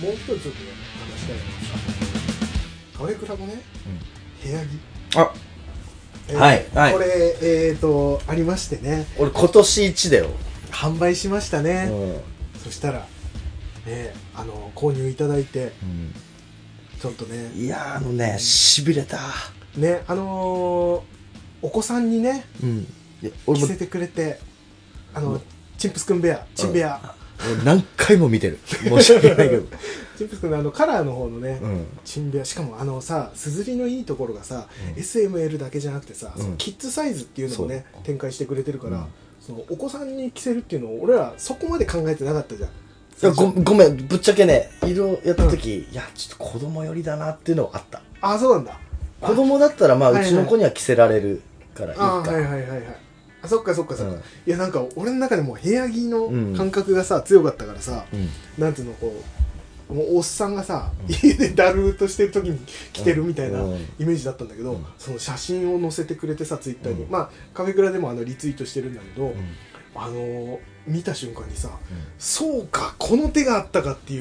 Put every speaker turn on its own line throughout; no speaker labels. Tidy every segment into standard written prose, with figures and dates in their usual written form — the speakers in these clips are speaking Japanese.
もう一つちょっとね話したいのがさ、カフェクラのね、部屋着、
はいはい、
これありましてね、
俺今年1だよ。
販売しましたね。そしたら購入いただいて、ちょっとね、
いやしびれた
ね、お子さんにね、着せてくれて、チンプスくんベア、チンベア、
何回も見てる。申し訳ないけど
チンプスくんのカラーの方のね、チンベア、しかもさ、すずりのいいところがさ、SML だけじゃなくてさ、そのキッズサイズっていうのもね展開してくれてるから、そのお子さんに着せるっていうのを俺らそこまで考えてなかったじゃん。
いや、ごめん、ぶっちゃけね、色やった時、いやちょっと子供寄りだなっていうのはあった。
あ、そうなんだ。
子供だったらまあうちの子には着せられるからいいか。
はいはいはいはい。あ、そっかそっかそっか。いや、なんか俺の中でも部屋着の感覚がさ、強かったからさ、なんていうの、こうもうおっさんがさ、家でだるーっとしてる時に着てるみたいなイメージだったんだけど、その写真を載せてくれてさ、ツイッターに、まあカフェクラでもリツイートしてるんだけど、見た瞬間にさ、そうかこの手があったかっていう、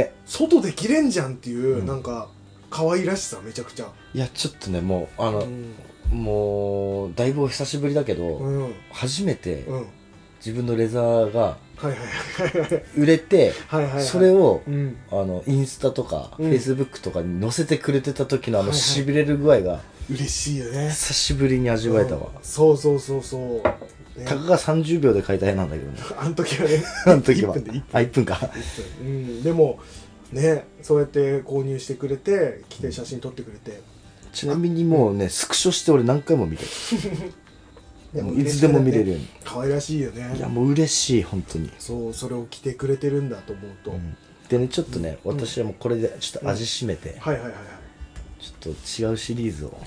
外で着れんじゃんっていう、なんか可愛らしさめちゃくちゃ。
いやちょっとね、もうもうだいぶ久しぶりだけど、初めて自分のレザーが売れて、それをインスタとかフェイスブックとかに載せてくれてた時のしびれる具合が
嬉しいよね。
久しぶりに味わえたわ。
そうそうそうそう。
たかが30秒で描いた絵なんだけどね。
あの時はね。
あの時は1分か。
でもね、そうやって購入してくれて、来て写真撮ってくれて。
ちなみにもうね、スクショして俺何回も見てる。いつでも見れるように。
可愛らしいよね。
いやもう嬉しい、本当に。
そう、それを着てくれてるんだと思うと。
でね、ちょっとね、私はもうこれでちょっと味しめて、ちょっと違うシリーズを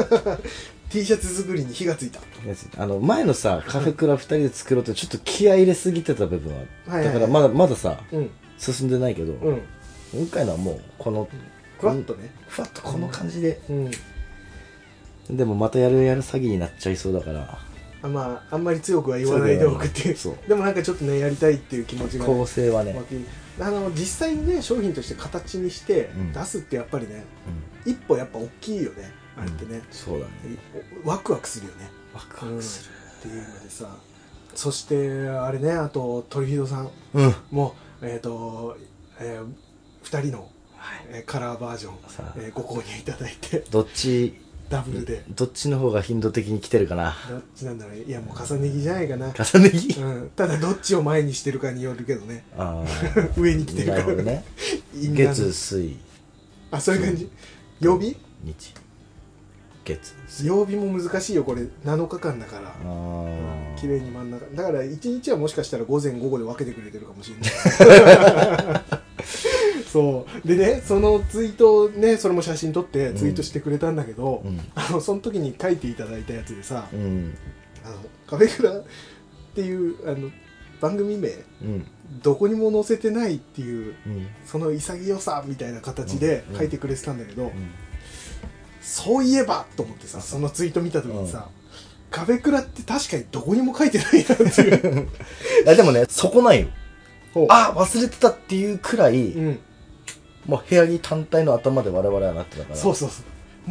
T シャツ作りに火がついた。
前のさ、カフェクラ2人で作ろうってちょっと気合い入れすぎてた部分は、だからまださ、進んでないけど、今回のはもうこの
ふわっとね、
ふわっとこの感じで、でもまたやる詐欺になっちゃいそうだから、
まああんまり強くは言わないでおくっていう。でもなんかちょっとね、やりたいっていう気持ちが、
構成はね、
実際にね、商品として形にして出すってやっぱりね、一歩やっぱ大きいよね、あれってね。
そうだね、
ワクワクするよね。
ワクワクする
っていうのでさ、そしてあれね、あとトリフィードさんも2人のカラーバージョンご購入いただいて、
どっち
ダブルで、
どっちの方が頻度的に来てるかな。
どっちなんだろう。いやもう重ね着じゃないかな。
重ね着、
ただどっちを前にしてるかによるけどね。上に来てるからね。
月水、
あ、そういう感じ。曜日、
日月、
曜日も難しいよこれ。7日間だから綺麗に真ん中だから、1日はもしかしたら午前午後で分けてくれてるかもしれないそうでね、そのツイートをね、それも写真撮ってツイートしてくれたんだけど、その時に書いていただいたやつでさ、カフェクラっていう番組名、どこにも載せてないっていう、その潔さみたいな形で書いてくれてたんだけど、そういえばと思ってさ、そのツイート見た時にさ、カフェクラって確かにどこにも書いてないなっていう
でもね、そこないよ。忘れてたっていうくらい、もう部屋着単体の頭で我々はなってたから。そうそうそう。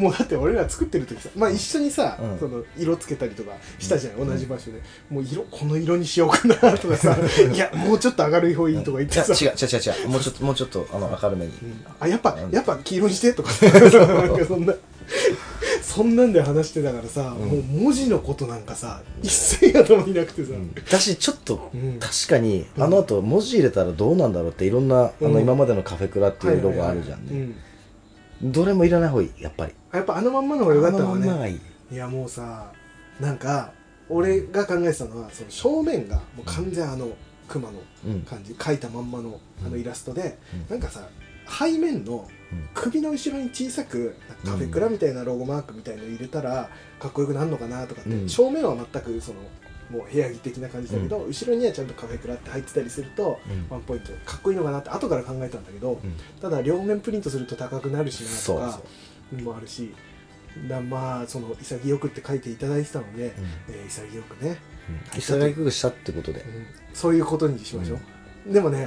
もうだって俺ら作ってる時さ、まあ一緒にさ、その色つけたりとかしたじゃん、同じ場所で。もうこの色にしようかなとかさ、いやもうちょっと明るい方がいいとか言ってさ、
違う、もうちょっと明るめに、
やっぱ黄色にしてとかそんなんで話してたからさ、もう文字のことなんかさ一切頭になくてさ、
私ちょっと確かにあの後文字入れたらどうなんだろうって、いろんな今までのカフェクラっていうロゴあるじゃんね。どれもいらない方がいい、やっぱり。
やっぱあのまんまの方がよかったのね。
あのまんまがいい。
いやもうさ、なんか俺が考えてたのは、その正面がもう完全クマの感じ、描いたまんまのイラストで、なんかさ、背面の首の後ろに小さくカフェクラみたいなロゴマークみたいの入れたらかっこよくなるのかなとかって、正面は全くそのもう部屋着的な感じだけど、後ろにはちゃんとカフェクラって入ってたりすると、ワンポイントかっこいいのかなって後から考えたんだけど、ただ両面プリントすると高くなるしなとかもあるし、まあその潔くって書いていただいてたので、潔くね、
潔くしたってことで、
そういうことにしましょう。でもね、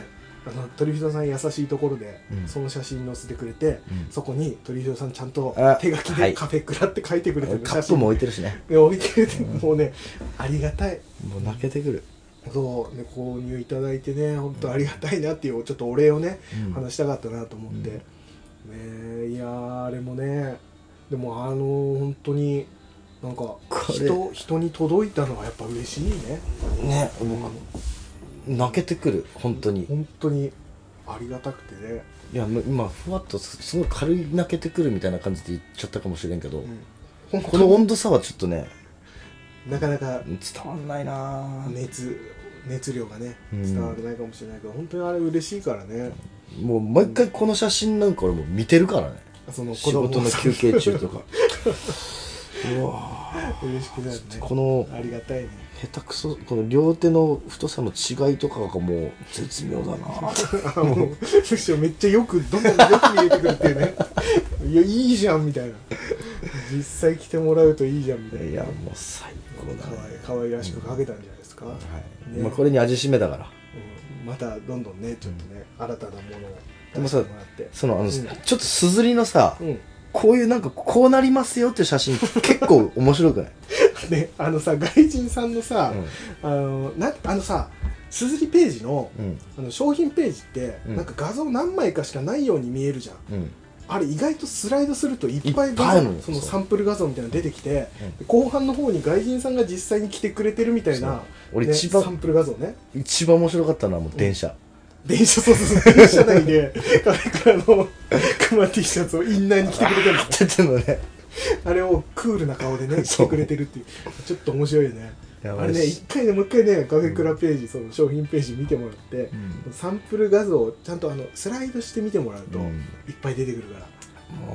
鳥人さん優しいところで、その写真載せてくれて、そこに鳥人さんちゃんと手書きでカフェクラって書いてくれてる
カップも置いてるしね。
置いてるって、もうね、ありがたい。
もう泣けてくる。
そうね、購入いただいてね、本当ありがたいなっていうちょっとお礼をね、話したかったなと思って、ね、いやあれもね、でも本当になんか人に届いたのはやっぱ嬉しいね。
ね、泣けてくる、本当に
ありがたくてね。
いや今ふわっとすごい軽い泣けてくるみたいな感じで言っちゃったかもしれんけど、この温度差はちょっとね、
なかなか
伝わんないな。
熱量がね伝わらないかもしれないけど、本当にあれ嬉しいからね。
もう毎回この写真なんか俺も見てるからね、
その
仕事の休憩中とかうわ
嬉しくなるね。
この
ありがたいね。
下手くそ、この両手の太さの違いとかがもう絶妙だな
もうむしろめっちゃどんどんよく見えてくるっていうねいや、いいじゃんみたいな、実際来てもらうといいじゃんみたいな。
いや、もう最高だね。
可愛らしく描けたんじゃないですか。
まあこれに味しめだから、
またどんどんね、ちょっとね、新たなものを
でもさ、ちょっとすずりのさ、こういうなんかこうなりますよっていう写真結構面白くない
ね、外人さんのさ、すずりページの、商品ページって、なんか画像何枚かしかないように見えるじゃん、あれ意外とスライドするといっぱいそのサンプル画像みたいなの出てきて、後半の方に外人さんが実際に来てくれてるみたいな、
俺
サンプル画像ね。
一番面白かったのはもう電車、
電車内でカフェクラのクマ T シャツをインナーに着てくれてるんですよねあれをクールな顔でね着てくれてるっていう、ちょっと面白いよね。あれね、もう一回ねカフェクラページ、その商品ページ見てもらって、サンプル画像をちゃんとスライドして見てもらうと、いっぱい出てくるから、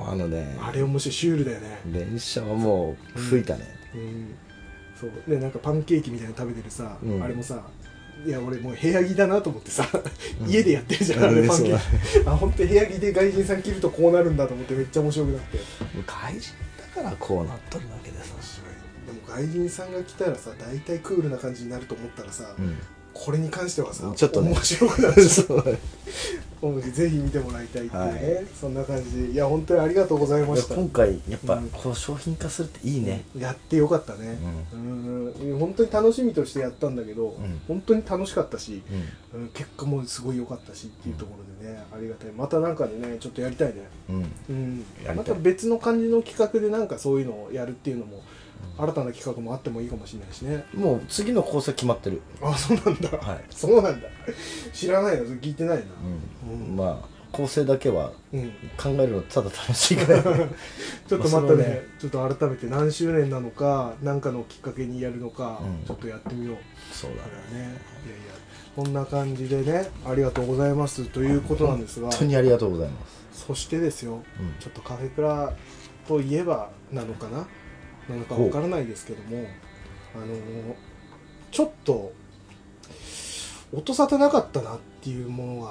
もう
あれ面白い、シュールだよね。
電車はもう吹いたね。
そうね、なんかパンケーキみたいなの食べてるさ、あれもさ、いや俺もう部屋着だなと思ってさ、家でやってるじゃん、あれパンケーキ。本当部屋着で外人さん着るとこうなるんだと思って、めっちゃ面白くなって。
外人だからこうなっとるわけでさ。
でも外人さんが来たらさ、大体クールな感じになると思ったらさ、これに関してはさ、
ちょっとね、
面白くなっちゃう。ぜひ見てもらいたいっていうね、そんな感じで、いや本当にありがとうございました。
今回やっぱこう商品化するっていいね。
やってよかったね。本当に楽しみとしてやったんだけど、本当に楽しかったし、結果もすごい良かったしっていうところでね、ありがたい。またなんかでね、ちょっとやりたいね。また別の感じの企画でなんかそういうのをやるっていうのも、新たな企画もあってもいいかもしれないしね。
もう次の構成決まってる。
あ、そうなんだ。はい、そうなんだ。知らないの、聞いてないな。
まあ構成だけは考えるのただ楽しいから
ちょっとまたね、ちょっと改めて何周年なのか、何かのきっかけにやるのか、ちょっとやってみよう。
そうだね。
いやいや、こんな感じでね、ありがとうございますということなんですが、
本当にありがとうございます。
そしてですよ、ちょっとカフェクラといえばなのかな、なのかわからないですけども、ちょっと音沙汰なかったなっていうものがあって、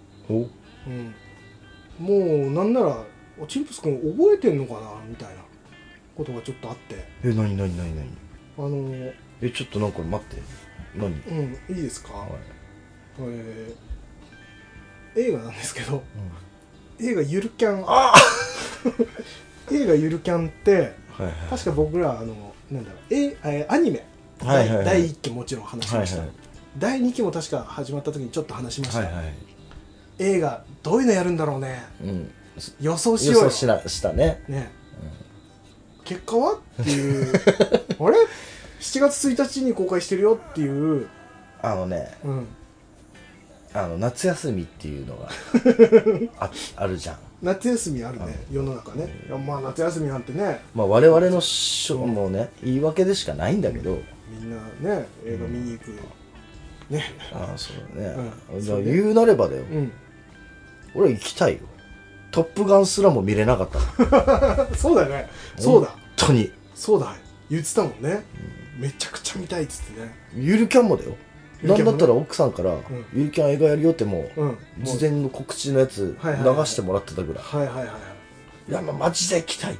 もうなんならチンプス君覚えてんのかなみたいなことがちょっとあって。
何ちょっとなんか待って、何？
いいですか？映画なんですけど、映画ゆるキャン映画ゆるキャンって、確か僕らなんだろう、アニメ第1期もちろん話しました。第2期も確か始まった時にちょっと話しました。映画どういうのやるんだろうね、予想しようよ。
予想したね。
結果はっていうあれ7月1日に公開してるよっていう、
夏休みっていうのがあるじゃん。
夏休みあるね、世の中ね。まあ夏休みなんてね、
まあ我々のもうね、言い訳でしかないんだけど、
みんなね映画見に行くね。
そうね。言うなればだよ、俺行きたいよ。トップガンすらも見れなかった
そうだよね。そうだ、
本当に
そうだ、言ってたもんね。めちゃくちゃ見たいっつってね。
ゆるキャンもだよ。なんだったら奥さんから「ゆるキャン映画やるよ」っても事前の告知のやつ流してもらってたぐらい。いや、マジで行きたい、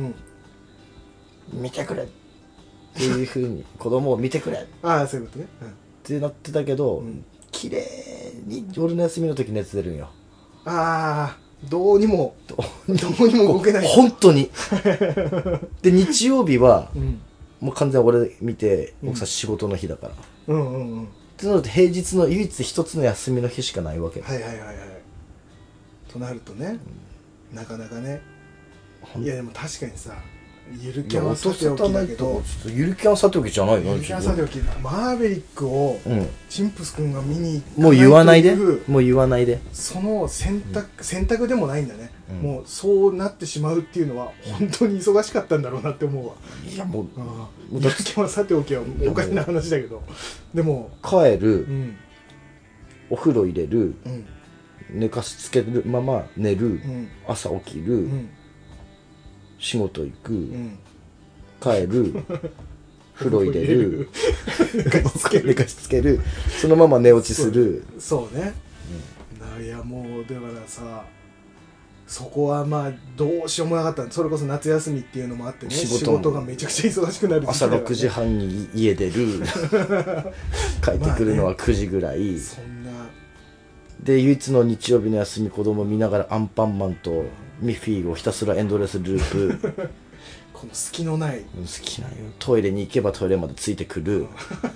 見てくれっていうふうに子供を見てくれ
そういうことね、
ってなってたけど、昨綺麗に俺の休みの時熱出るんよ。
ああ、どうにも動けない。
本当に。で、日曜日は、もう完全に俺見て、僕さ、仕事の日だから。ってなると平日の唯一一つの休みの日しかないわけ。
はいはいはいはい。となるとね、なかなかね。いやでも確かにさ、ゆるキャンはさておきだけど、
ゆるキャンさておきじゃないの？
ゆるキャンさておき、マーベリックをチンプス君が見に行かないという、
もう言わないで、もう言わないで。そ
の選択でもないんだね、もうそうなってしまうっていうのは本当に忙しかったんだろうなって思うわ。
いやもう
ゆるキャンはさておきはおかしな話だけど、でも
帰る、お風呂入れる、寝かしつけるまま寝る、朝起きる、仕事行く、帰る風呂入れる寝かしつける、そのまま寝落ちする。
そうね、いやもうだからさ、そこはまあどうしようもなかった。それこそ夏休みっていうのもあってね、仕事がめちゃくちゃ忙しくなる、
朝6時半に家出る帰ってくるのは9時ぐらい、
そんな
で唯一の日曜日の休み、子供見ながらアンパンマンとミッフィーをひたすらエンドレスループ
この隙のない、
好きなよ、トイレに行けばトイレまでついてくる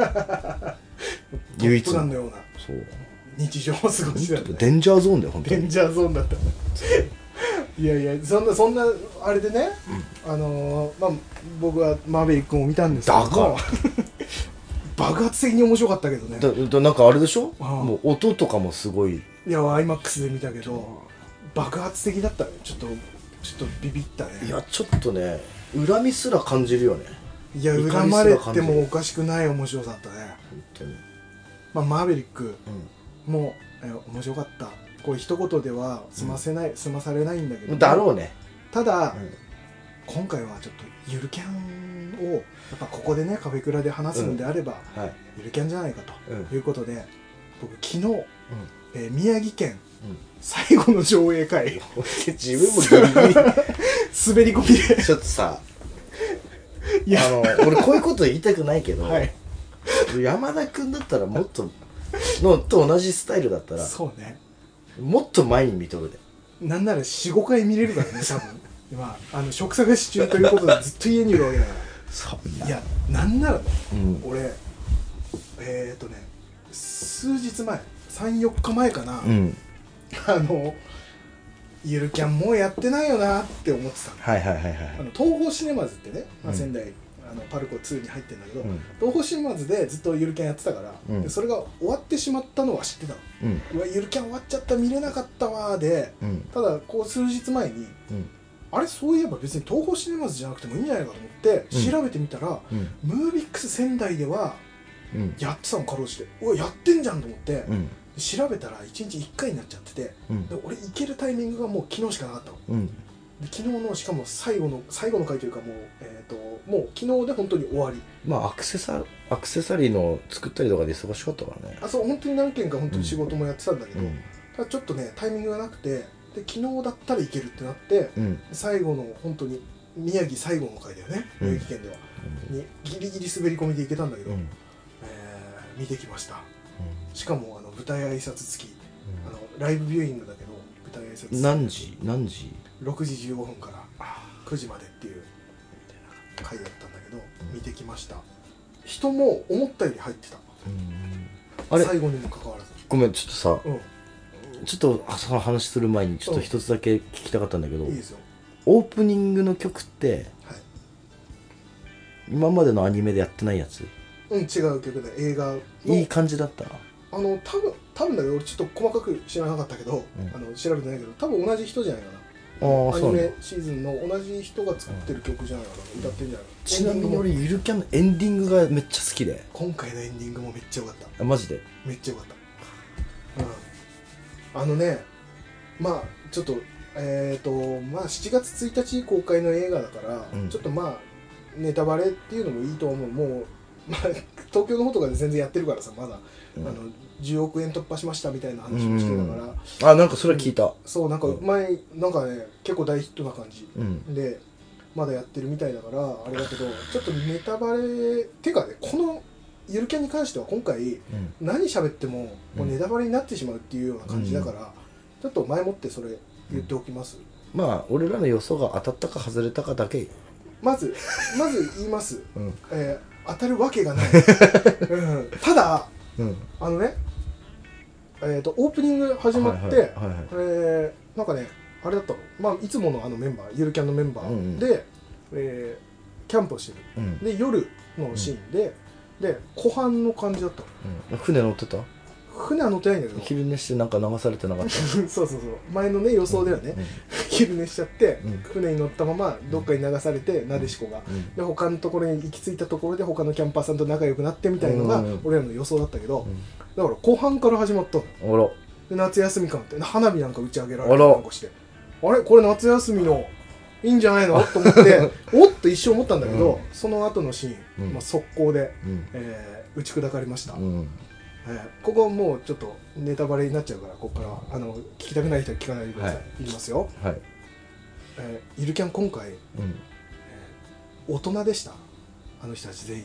唯一のような
そう
日常を過ごしだった、ね、
デンジャーゾーンだよ本当に。
デンジャーゾーンだったいやいや、そんなあれでね、まあ僕はマーベリックを見たんですけども爆発的に面白かったけどね。
なんかあれでしょ、もう音とかもすごい。
いや IMAX で見たけど爆発的だったね。ちょっとビビったね。
いやちょっとね、恨みすら感じるよね。
いや恨まれてもおかしくない面白さだったね本当に。まあマーベリックも、面白かった。これ一言では済まされないんだけど、
だろうね。た
だ、今回はちょっとゆるキャンをやっぱここでねカフェクラで話すのであれば、ゆるキャンじゃないかということで、僕昨日、宮城県、最後の上映会
自分もギリギリ
滑り込みで
ちょっとさ、俺こういうこと言いたくないけど、山田君だったらもっとと同じスタイルだったら、
そうね、
もっと前に見とるで。
なんなら 4,5 回見れるからね多分今職探し中ということでずっと家にいるわけだから。いやなんならね、俺数日前 3,4 日前かな、ゆるキャンもうやってないよなって思ってたの。東宝シネマズってね、仙台パルコ2に入ってるんだけど、東宝シネマズでずっとゆるキャンやってたから、でそれが終わってしまったのは知ってたの。うわゆるキャン終わっちゃった、見れなかったわーで、ただこう数日前に、あれそういえば別に東宝シネマズじゃなくてもいいんじゃないかと思って調べてみたら、ムービックス仙台ではやってたのかろうじて、うわやってんじゃんと思って、調べたら1日1回になっちゃってて、で俺行けるタイミングがもう昨日しかなかったの。で昨日のしかも最後の回というかもう昨日で本当に終わり。
まあアクセサリーの作ったりとかで忙しかったからね。
そう本当に何件か本当に仕事もやってたんだけど、ただちょっとねタイミングがなくて、で昨日だったらいけるってなって、最後の本当に宮城最後の回だよね、宮城県では、にギリギリ滑り込みでいけたんだけど、見てきました。しかも舞台挨拶付き、ライブビューイングだけど舞台挨拶付き。
何時
6時15分から9時までっていう回だったんだけど、見てきました。人も思ったより入ってた。あれ最後にもかかわらず。
ごめんちょっとさ、ちょっとその話する前にちょっと一つだけ聞きたかったんだけど、
いいですよ。
オープニングの曲って、今までのアニメでやってないやつ？
違う曲で映画の
いい感じだった。
多分だけど俺ちょっと細かく知らなかったけど、調べてないけど多分同じ人じゃないかな。アニメシーズンの同じ人が作ってる曲じゃないかな、歌ってるんじゃないかな。
ちなみに俺ゆるキャンのエンディングがめっちゃ好きで、
今回のエンディングもめっちゃ良かった。
マジで
めっちゃ良かった。まあちょっとまあ7月1日公開の映画だから、ちょっとまあネタバレっていうのもいいと思う。もうまあ東京の方とかで全然やってるからさ、まだ10億円突破しましたみたいな話をしてたから、
なんかそれ聞いた。
そうなんか前なんかね結構大ヒットな感じでまだやってるみたいだからあれだけど、ちょっとネタバレっていうかね、このゆるキャンに関しては今回、何喋ってももうネタバレになってしまうっていうような感じだから、ちょっと前もってそれ言っておきます。
まあ俺らの予想が当たったか外れたかだけ
まず言います、当たるわけがない、ただ、あのね、オープニング始まってなんかねあれだったの、まあ、いつものあのメンバーゆるキャンのメンバーで、キャンプをしてる、で夜のシーンで、湖畔の感じだった
の、船乗ってた？
船は乗ってないんだけど
昼寝してなんか流されてなかった
そう前のね予想ではね、昼寝しちゃって、船に乗ったままどっかに流されて、なでしこが、で他のところに行き着いたところで他のキャンパーさんと仲良くなってみたいのが俺らの予想だったけど、だから後半から始まったの。で夏休み間って花火なんか打ち上げられたりなんかして、あれこれ夏休みのいいんじゃないのと思っておっと一瞬思ったんだけど、その後のシーン、速攻で、打ち砕かれました。ここもうちょっとネタバレになっちゃうから、ここから聞きたくない人は聞かないでください。言いますよ。ゆるキャン今回、大人でした。あの人たち全員。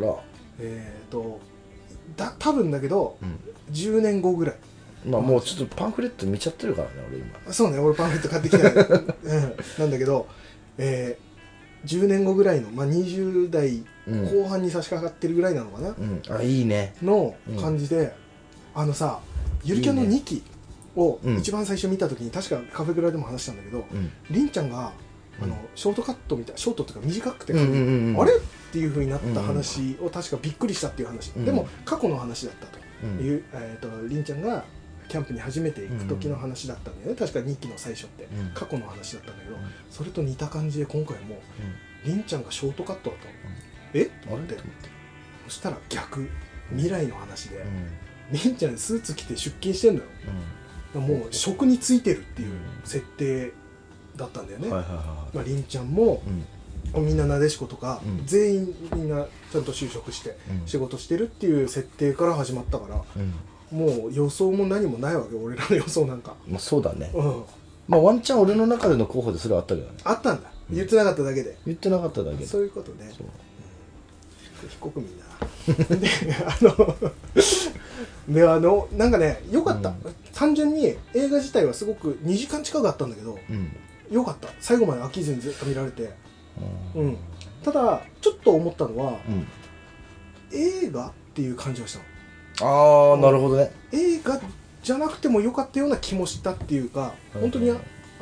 多分だけど、10年後ぐらい。
まあもうちょっとパンフレット見ちゃってるからね俺今。
そうね、俺パンフレット買ってきてないなんだけど、10年後ぐらいの、まあ、20代後半に差し掛かってるぐらいなのかな、
あいいね
の感じで、さゆるキャンの2期を一番最初見た時に、確かカフェクラでも話したんだけど、りんちゃんがショートカットみたいな、ショートっていうか短くて、あれっていう風になった話を確かびっくりしたっていう話、でも過去の話だったという、りんちゃんがキャンプに初めて行く時の話だったんだよね、確か2期の最初って過去の話だったんだけど、それと似た感じで今回もりんちゃんがショートカットだったの、と思って、そしたら逆、未来の話で、りんちゃんスーツ着て出勤してんのよ、もう職に就いてるっていう設定だったんだよね。りんちゃんも、みんななでしことか、全員みんなちゃんと就職して仕事してるっていう設定から始まったから、もう予想も何もないわけ、俺らの予想なんか。
そうだね、まあワンチャン俺の中での候補でそれはあったけどね。
あったんだ、言ってなかっただけで。
言ってなかっただけで、
そういうことね。非国民だなでなんかね良かった、単純に映画自体はすごく2時間近くあったんだけど、良かった、最後まで飽きずにずっと見られて、ただちょっと思ったのは、映画っていう感じがしたの。
なるほどね。
映画じゃなくても良かったような気もしたっていうか、本当に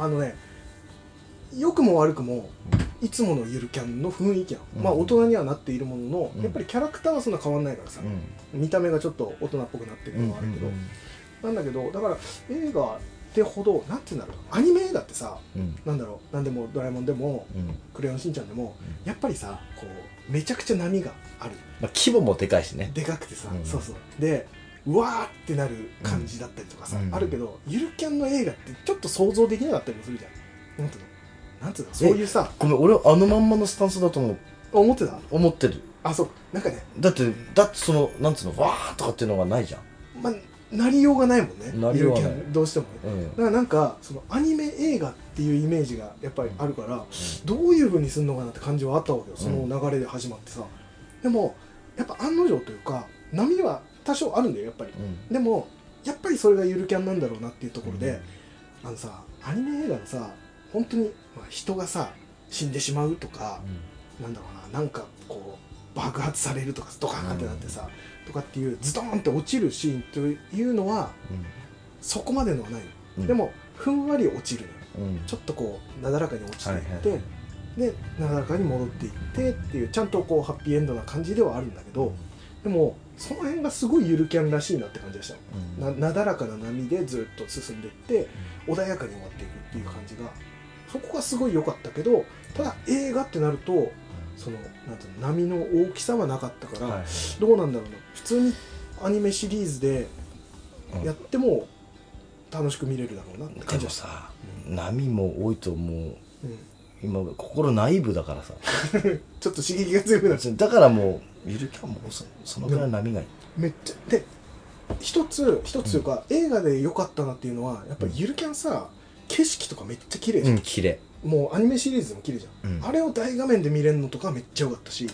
良くも悪くもいつものゆるキャンの雰囲気やん、まあ大人にはなっているものの、やっぱりキャラクターはそんな変わんないからさ、見た目がちょっと大人っぽくなってるのはあるけど、なんだけど、だから映画ってほど、なんていうんだろう、アニメ映画ってさ、なんだろう、なんでもドラえもんでも、クレヨンしんちゃんでも、やっぱりさ、こうめちゃくちゃ波がある、
規模もでかいしね、
でかくてさ、でうわーってなる感じだったりとかさ、あるけど、ゆるキャンの映画ってちょっと想像できなかったりもするじゃん。なんていうの、そういうさ、
ごめん、俺あのまんまのスタンスだと思ってる。
そう、なんかね、
だってそのなんつうの、わーとかっていうのがないじゃん。
まあなりようがないもんね、
ゆるキャ
ンどうしてもね、だからなんかそのアニメ映画っていうイメージがやっぱりあるから、どういう風にするのかなって感じはあったわけよ、その流れで始まってさ。でもやっぱ案の定というか、波は多少あるんだよやっぱり、でもやっぱりそれがゆるキャンなんだろうなっていうところで、さ、アニメ映画のさ、本当に人がさ死んでしまうとか、なんだろうな、なんかこう爆発されるとかドカーンってなってさ、とかっていうズドーンって落ちるシーンというのは、そこまでのはない、でもふんわり落ちるの、ちょっとこうなだらかに落ちていって、でなだらかに戻っていってっていう、ちゃんとこうハッピーエンドな感じではあるんだけど、でもその辺がすごいゆるキャンらしいなって感じがしたの、なだらかな波でずっと進んでいって、穏やかに終わっていくっていう感じが、そこがすごい良かったけど、ただ映画ってなると、そのなんていうの、波の大きさはなかったから、どうなんだろうな、普通にアニメシリーズでやっても楽しく見れるだろうなって感じがした。
でもさ、波も多いともう、今心ナイーブだからさ
ちょっと刺激が強くなっちゃう。
だからもうゆるキャンもそのぐらいの波がいい。
めっちゃで、一つというか、映画で良かったなっていうのは、やっぱりゆるキャンさ、景色とかめっちゃ綺麗じゃん、
綺麗。
もうアニメシリーズも綺麗じゃん、あれを大画面で見れるのとかめっちゃ良かったし、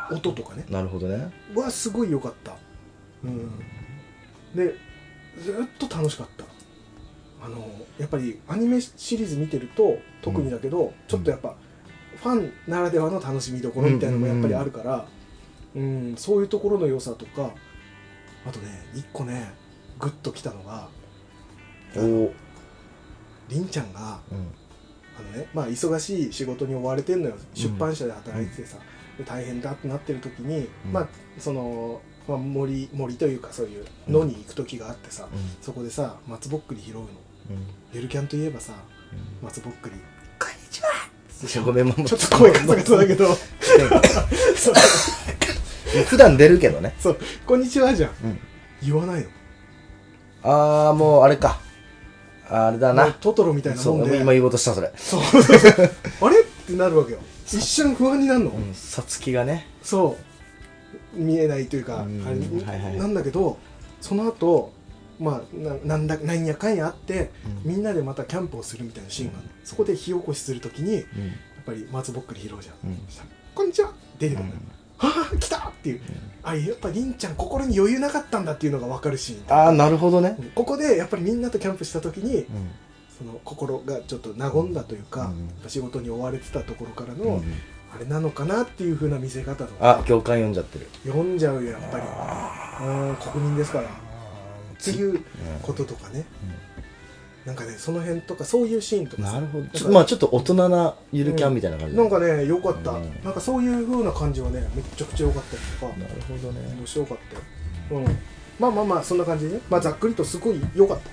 音とかね。
なるほどね。
はすごい良かった。でずっと楽しかった。やっぱりアニメシリーズ見てると特にだけど、ちょっとやっぱファンならではの楽しみどころみたいなのもやっぱりあるから、そういうところの良さとか、あとね一個ねグッときたのが、りんちゃんが、忙しい仕事に追われてんのよ。出版社で働いててさ、大変だってなってる時に、森というかそういう野に行く時があってさ、そこでさ松ぼっくり拾うの、ゆるキャンといえばさ、松ぼっくり「こんにちは」
ごめん、
ちょっと声がガサガサだけど
普段出るけどね。
そう「こんにちは」じゃん、言わない
の。もうあれか、あれだな、
トトロみたいなもんで。
今言おうとしたそれ。
そうあれってなるわけよ。一瞬不安になるの。
さつきがね、
そう見えないというか、なんだけど、その後なんやかんやあって、みんなでまたキャンプをするみたいなシーンがあるの。そこで火起こしするときに、やっぱり松ぼっくり拾うじゃん。こんにちは出てくるの。はぁ来たっていう、やっぱりんちゃん心に余裕なかったんだっていうのが分かるシーン。
なるほどね。
ここでやっぱりみんなとキャンプした時に、その心がちょっと和んだというか、仕事に追われてたところからの、あれなのかなっていう風な見せ方とか。
共感読んじゃってる。
読んじゃうよやっぱり。国民ですからっていうこととかね。なんかね、その辺とかそういうシーンとか。
なるほど。ちょっと大人なゆるキャンみたいな感じ。
なんかね良かった。なんかそういう風な感じはねめっちゃくちゃ良かったりとか。
なるほどね。
面白かったよ。そんな感じでね。ざっくりとすごい良かった。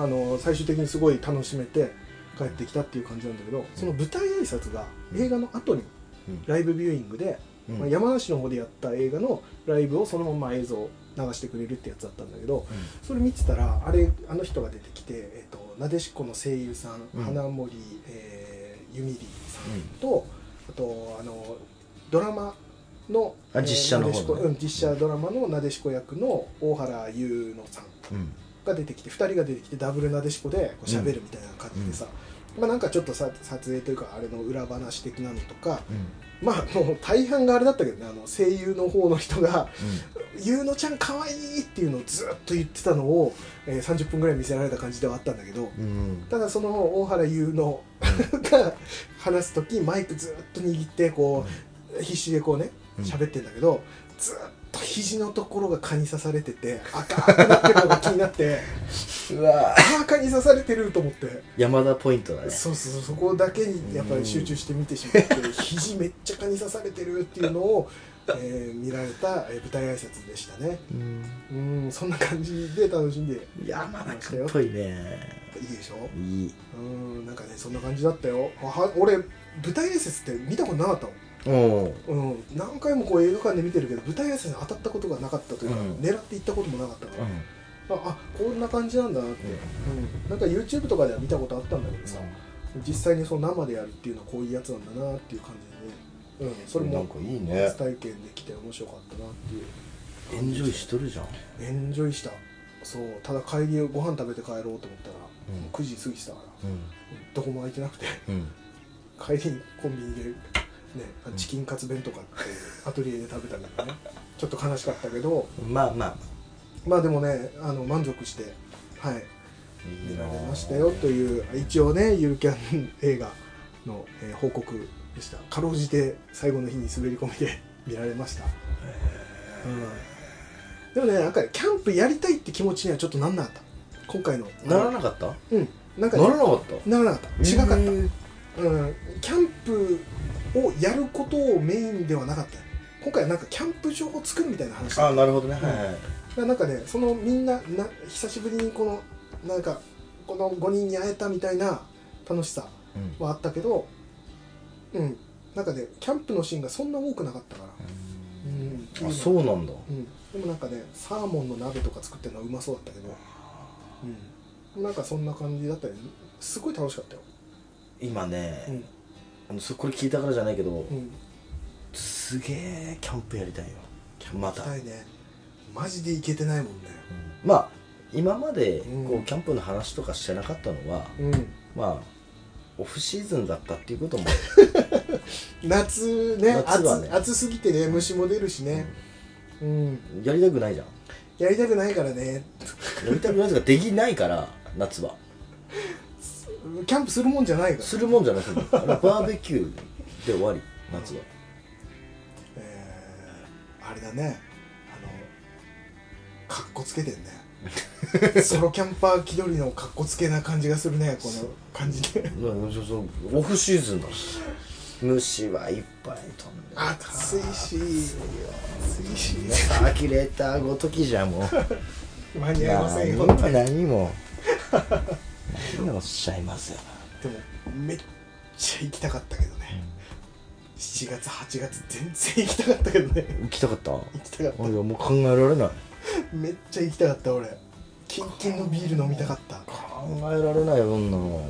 最終的にすごい楽しめて帰ってきたっていう感じなんだけど、その舞台挨拶が映画の後にライブビューイングで、山梨の方でやった映画のライブをそのまま映像流してくれるってやつだったんだけど、それ見てたらあの人が出てきて、なでしこの声優さん、花森ゆみりさんと、あとドラマの
実写の方の、
実写ドラマのなでしこ役の大原優乃さんが出てきて、2人が出てきてダブルなでしこでこう喋るみたいな感じでさ、なんかちょっと撮影というかあれの裏話的なのとか、もう大半があれだったけどね、声優の方の人が「優乃ちゃんかわいい!」っていうのをずっと言ってたのを、30分ぐらい見せられた感じではあったんだけど、ただその大原優乃が話す時マイクずっと握ってこう、必死でこうね喋ってんだけど、ずっと肘のところが蚊に刺されてて赤くなってるのが気になってうわ蚊に刺されてると思って、
山田ポイントだね。
そうそこだけにやっぱり集中して見てしまって、肘めっちゃ蚊に刺されてるっていうのを、見られた舞台挨拶でしたね。そんな感じで楽しんで
山田君っぽいね。
いいでしょ。
いい。
なんかねそんな感じだったよ。俺舞台挨拶って見たことなかったの。何回もこう映画館で見てるけど舞台挨拶に当たったことがなかったというか、狙って行ったこともなかったから、こんな感じなんだなって、なんか YouTube とかでは見たことあったんだけどさ、実際にその生でやるっていうのはこういうやつなんだなっていう感じでね、それも初体験できて面白かったなっていう。
エンジョイしとるじゃん。
エンジョイした。そう、ただ帰りご飯食べて帰ろうと思ったら、9時過ぎてたから、どこも空いてなくて、帰りにコンビニでチキンカツ弁とかってアトリエで食べたけどね、ちょっと悲しかったけど、でもね満足して見られましたよという、一応ねゆるキャン映画の、報告でした。かろうじて最後の日に滑り込みで見られました。でもねなんかキャンプやりたいって気持ちにはちょっとなんなかった。今回の
ならなかった？
なんか
ならなかった？
ならなかった。違かった。キャンプをやることをメインではなかった。今回はなんかキャンプ場を作るみたいな話だった。
なるほどね。
なんかねそのみんな久しぶりにこの5人に会えたみたいな楽しさはあったけど、なんかねキャンプのシーンがそんな多くなかったから。
そうなんだ。
でもなんかねサーモンの鍋とか作ってるのはうまそうだったけど、なんかそんな感じだったりすごい楽しかったよ。
今ね、これ聞いたからじゃないけど、すげえキャンプやりたいよ。
また行きたいね。マジで行けてないもんね。
今までこうキャンプの話とかしてなかったのは、オフシーズンだったっていうことも
夏ね、
夏はね
暑すぎてね、虫も出るしね、うん、
やりたくないじゃん。
やりたくないからね。
やりたくないとかできないから夏は
キャンプするもんじゃないから。
するもんじゃなくてバーベキューで終わり夏は。
あれだね、かっこつけてんね。ソロキャンパー気取りのかっこつけな感じがするね、この感じで。
そうオフシーズンだし虫はいっぱい飛んでる。
暑いし暑いし
サーキュレーターごときじゃもう
間に合いませんよ。
何もおっしゃいますよ。
でもめっちゃ行きたかったけどね、7月8月全然行きたかったけどね。
行きたかった。
行きたかった。
いやもう考えられない。
めっちゃ行きたかった俺。キンキンのビール飲みたかった。
考えられないよそんなの。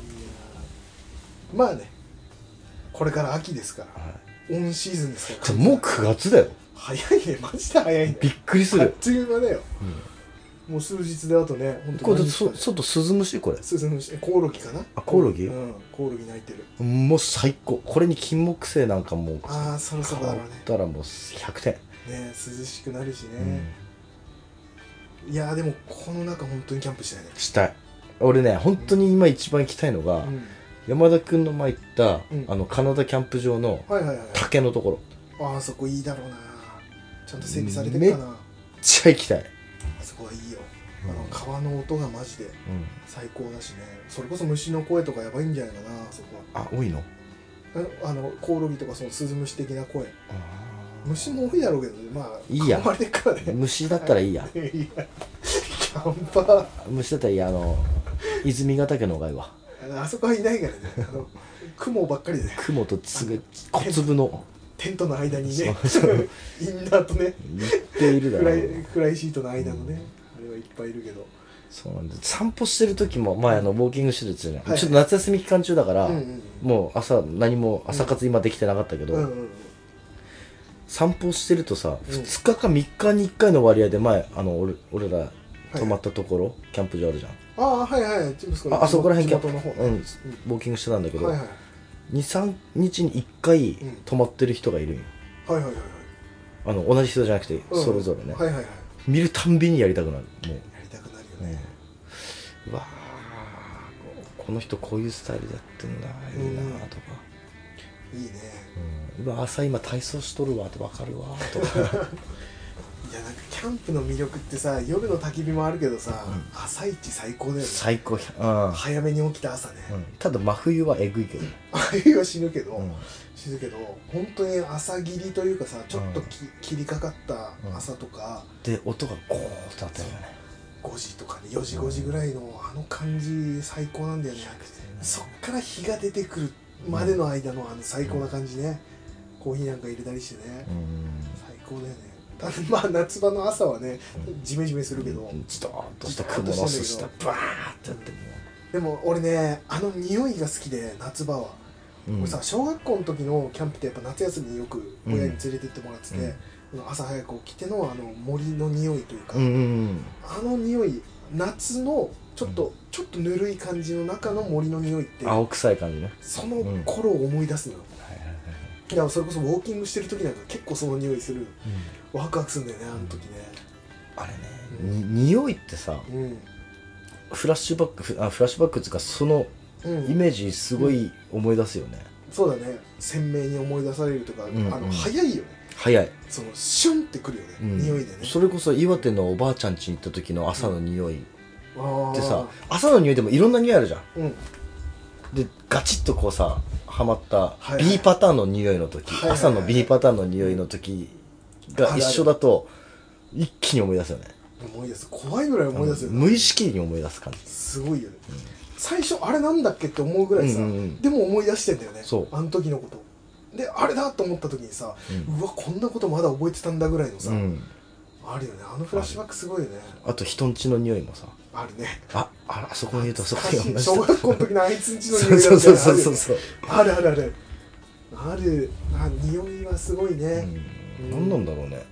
まあね、これから秋ですから、はい、オンシーズンですから。
もう9月だよ。
早いね、マジで早いね。
びっくりする。
あっという間だよ、もう数日であとね、本当
これ外涼むし、これ
涼むし、コオロギかな。
あ、コオロギ、
コオロギ鳴いてる。
もう最高。これに金木犀なんかもう
そろそろだろうね。
たらもう100点
ね。涼しくなるしね、いやでもこの中本当にキャンプしたいね。したい。
俺ね、本当に今一番行きたいのが、山田君の前行った、カナダキャンプ場の竹のところ。
あそこいいだろうな。ちゃんと整備されてるかな。
めっちゃ行きたい。
あそこはいいよ。川の音がマジで最高だしね、それこそ虫の声とかやばいんじゃないかな、あそこは。
多いの？
コオロギとかそのスズムシ的な声。虫も多いだろうけどね、まあ
いいや、
囲まれてるからね。
虫だったらいいや。
キャンパー
虫だったらいいや。泉ヶ岳の方がいいわ。
あそこはいないからね。雲ばっかりで、
雲と小粒の
テントの間にね、インナーとね、
っているだろう。
フライシートの間のね、あれはいっぱいいるけど。
そうなんです。散歩してる時も前ウォーキングしてるって言ってたじゃん、ちょっと夏休み期間中だから、もう何も朝活今できてなかったけど、散歩してるとさ、2日か3日に1回の割合で前俺ら泊まったところ、キャンプ場あるじゃん。
はいはい。
あそこら辺
地元の方、
ウォーキングしてたんだけど、23日に1回泊まってる人がいるんよ。同じ人じゃなくてそれぞれね。見るたんびにやりたくなる。もうやりたくなるよね。うわこの人こういうスタイルでやってんだ、いいなとか。
いいね。
うわ朝今体操しとるわって分かるわとか。
いやなんかキャンプの魅力ってさ、夜の焚き火もあるけどさ、朝一最高だよね。
最高。
早めに起きた朝ね。
ただ真冬はえぐいけど。
真冬は死ぬけど、本当に朝霧というかさ、ちょっと切りかかった朝とか
で音がゴーッとあったよね。
5時とかね、4時5時ぐらいの感じ最高なんだよね。そっから日が出てくるまでの間の最高な感じね。コーヒーなんか入れたりしてね、最高だよね。ただまあ夏場の朝はね、ジメジメするけど、
ズドーンとした雲の下バーってやっても。
でも俺ね、匂いが好きで、夏場は。俺さ、小学校の時のキャンプってやっぱ夏休みによく親に連れてってもらってて、朝早く起きての森の匂いというか、匂い、夏のちょっとぬるい感じの中の森の匂いって、
青臭い感じね。
その頃を思い出すのよ。だからそれこそウォーキングしてる時なんか結構その匂いする。ワクワクするんだよね、時ね。
あれね、匂いってさ、フラッシュバックっていうか、そのイメージすごい思い出すよね。
そうだね、鮮明に思い出されるとか、早いよね。
早い。
そのシュンってくるよね、匂いでね。
それこそ岩手のおばあちゃん家に行った時の朝の匂いってさ、朝の匂いでもいろんな匂いあるじゃん。でガチッとこうさハマった B パターンの匂いの時、朝の B パターンの匂いの時が一緒だと一気に思い出すよね。
思い出す。怖いぐらい思い出すよね。
無意識に思い出す感じ。
すごいよね。最初あれなんだっけって思うぐらいさ、でも思い出してんだよね、あの時のことで。あれだと思った時にさ、うわこんなことまだ覚えてたんだぐらいのさ、あるよね。フラッシュバックすごいよね。
あと人んちの匂いもさ
あるね。
あそこにいるとそこに同じ。
小学校の時のあいつんちの匂いだったら
そう
ある。匂いはすごいね。
何なんだろうね。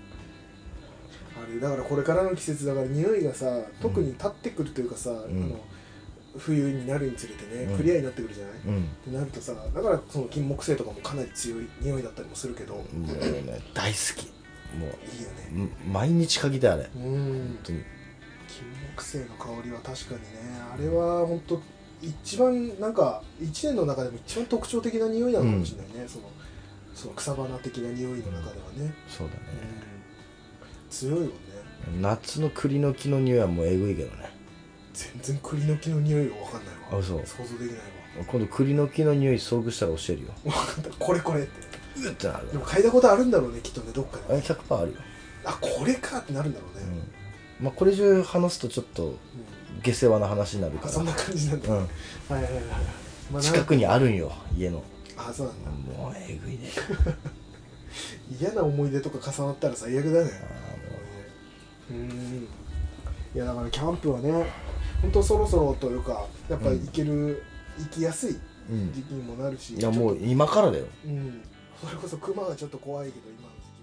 だからこれからの季節だから匂いがさ、特に立ってくるというかさ、 冬になるにつれてね、クリアになってくるじゃない、ってなるとさ、だからその金木犀とかもかなり強い匂いだったりもするけど、もう
ね、大好き。もう
いいよね、
毎日嗅ぎたいあれ。
本当に金木犀の香りは確かにね、あれは本当一番なんか一年の中でも一番特徴的な匂いなのかもしれないね、その草花的な匂いの中ではね、
そうだね、
強いもんね。
夏の栗の木の匂いはもうえぐいけどね。
全然栗の木の匂いが分かんないわ。
あ、そう、
想像できないわ。
今度栗の木の匂い遭遇したら教えるよ。
分かった、これって
うってなる。
でも嗅いだことあるんだろうね、きっとね、どっかで。
100% あるよ。
あ、これかってなるんだろうね。
まあこれ中話すとちょっと下世話な話になるから。
そんな感じなんだ。はいはいはい。
まあ、近くにあるんよ、家の。
あ、そうなんだ。
もうえぐいね。
嫌な思い出とか重なったら最悪だね。いやだからキャンプはね、本当そろそろというか、やっぱ行きやすい時期にもなるし、
いやもう今からだよ。
それこそ熊がちょっと怖いけど今の時期